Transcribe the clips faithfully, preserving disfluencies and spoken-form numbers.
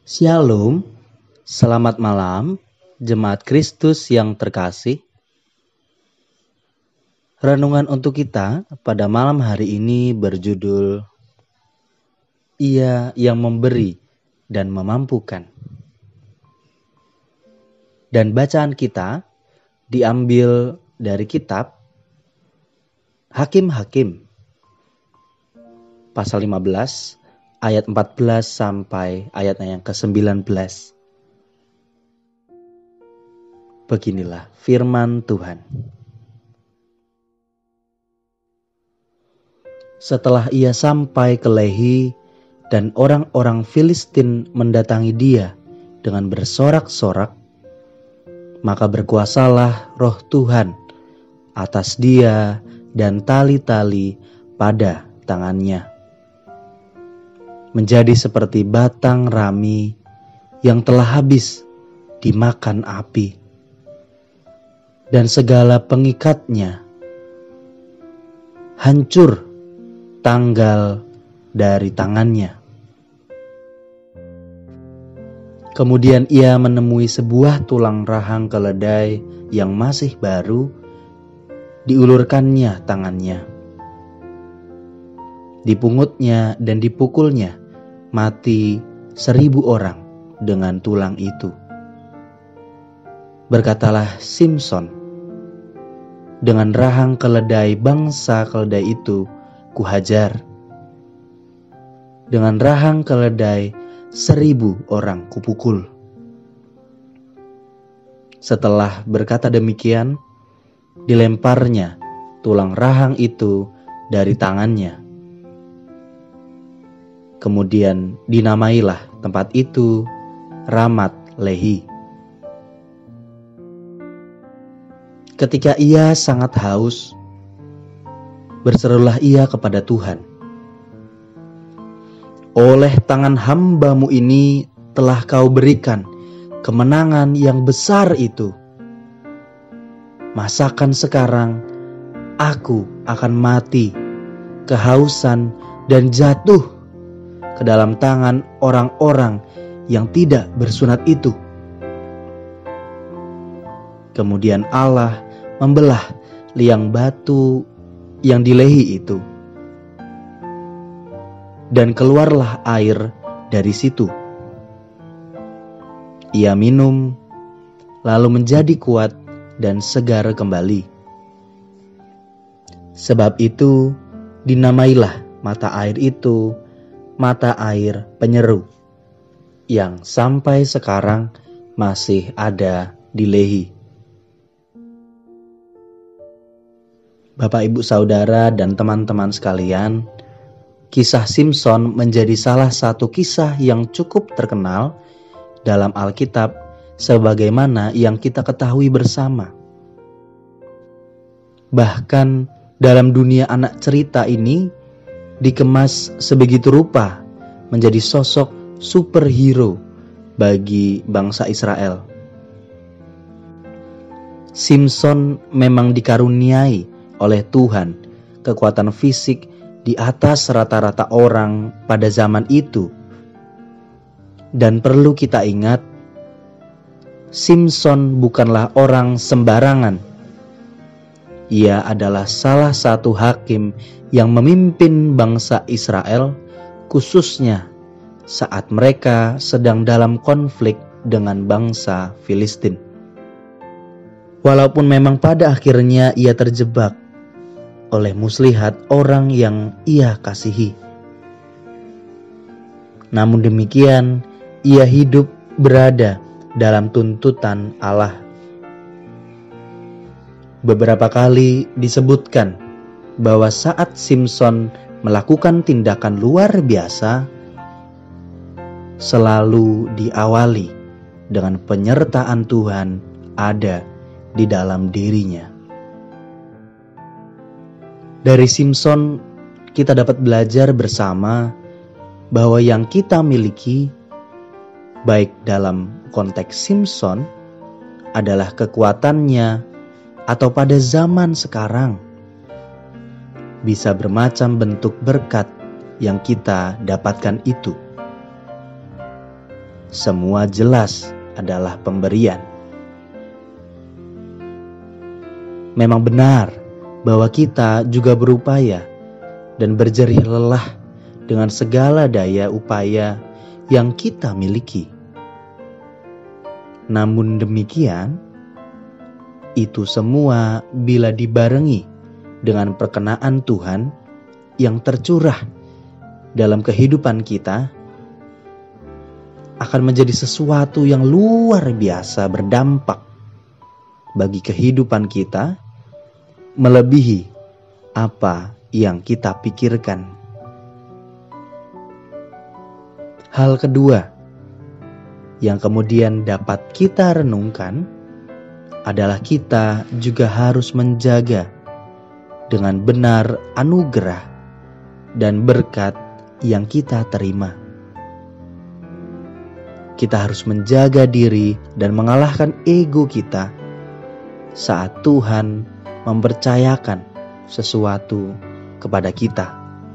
Shalom, selamat malam, jemaat Kristus yang terkasih. Renungan untuk kita pada malam hari ini berjudul Ia yang memberi dan memampukan. Dan bacaan kita diambil dari kitab Hakim-Hakim, pasal lima belas, ayat empat belas sampai ayatnya yang ke sembilan belas. Beginilah firman Tuhan. Setelah ia sampai ke Lehi dan orang-orang Filistin mendatangi dia dengan bersorak-sorak, maka berkuasalah roh Tuhan atas dia dan tali-tali pada tangannya, menjadi seperti batang rami yang telah habis dimakan api, dan segala pengikatnya hancur tanggal dari tangannya. Kemudian ia menemui sebuah tulang rahang keledai yang masih baru, diulurkannya tangannya, dipungutnya dan dipukulnya mati seribu orang dengan tulang itu. Berkatalah Simson, dengan rahang keledai bangsa keledai itu kuhajar, dengan rahang keledai seribu orang kupukul. Setelah berkata demikian, dilemparnya tulang rahang itu dari tangannya. Kemudian dinamailah tempat itu Ramat Lehi. Ketika ia sangat haus, berserulah ia kepada Tuhan, oleh tangan hamba-Mu ini telah Kau berikan kemenangan yang besar itu. Masakan sekarang aku akan mati kehausan dan jatuh ke dalam tangan orang-orang yang tidak bersunat itu. Kemudian Allah membelah liang batu yang di Lehi itu, dan keluarlah air dari situ. Ia minum, lalu menjadi kuat dan segar kembali. Sebab itu dinamailah mata air itu mata air penyeru, yang sampai sekarang masih ada di Lehi. Bapak, Ibu, Saudara, dan teman-teman sekalian, kisah Simson menjadi salah satu kisah yang cukup terkenal dalam Alkitab, sebagaimana yang kita ketahui bersama. Bahkan dalam dunia anak cerita ini dikemas sebegitu rupa menjadi sosok superhero bagi bangsa Israel. Simson memang dikaruniai oleh Tuhan kekuatan fisik di atas rata-rata orang pada zaman itu. Dan perlu kita ingat, Simson bukanlah orang sembarangan. Ia adalah salah satu hakim yang memimpin bangsa Israel, khususnya saat mereka sedang dalam konflik dengan bangsa Filistin. Walaupun memang pada akhirnya ia terjebak oleh muslihat orang yang ia kasihi, namun demikian ia hidup berada dalam tuntutan Allah. Beberapa kali disebutkan bahwa saat Simson melakukan tindakan luar biasa, selalu diawali dengan penyertaan Tuhan ada di dalam dirinya. Dari Simson kita dapat belajar bersama bahwa yang kita miliki, baik dalam konteks Simson, adalah kekuatannya atau pada zaman sekarang, bisa bermacam bentuk berkat yang kita dapatkan itu. semua jelas adalah pemberian. Memang benar bahwa kita juga berupaya dan berjerih lelah dengan segala daya upaya yang kita miliki. Namun demikian, itu semua bila dibarengi dengan perkenaan Tuhan yang tercurah dalam kehidupan kita, akan menjadi sesuatu yang luar biasa berdampak bagi kehidupan kita, melebihi apa yang kita pikirkan. Hal kedua yang kemudian dapat kita renungkan adalah kita juga harus menjaga dengan benar anugerah dan berkat yang kita terima. Kita harus menjaga diri dan mengalahkan ego kita saat Tuhan mempercayakan sesuatu kepada kita.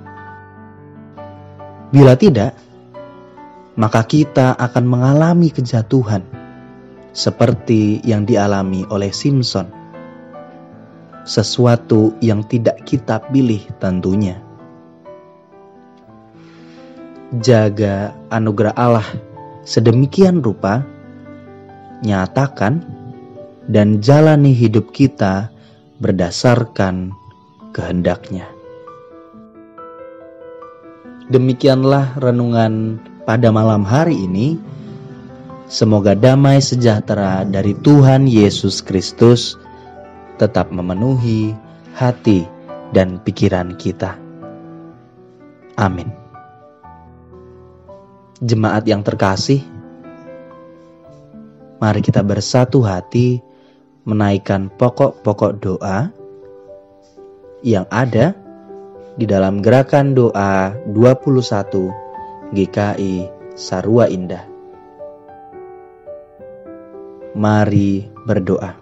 Bila tidak, maka kita akan mengalami kejatuhan seperti yang dialami oleh Simson. Sesuatu yang tidak kita pilih tentunya. Jaga anugerah Allah sedemikian rupa, nyatakan dan jalani hidup kita berdasarkan kehendak-Nya. Demikianlah renungan pada malam hari ini. Semoga damai sejahtera dari Tuhan Yesus Kristus tetap memenuhi hati dan pikiran kita. Amin. Jemaat yang terkasih, mari kita bersatu hati menaikkan pokok-pokok doa yang ada di dalam gerakan doa dua puluh satu G K I Sarua Indah. Mari berdoa.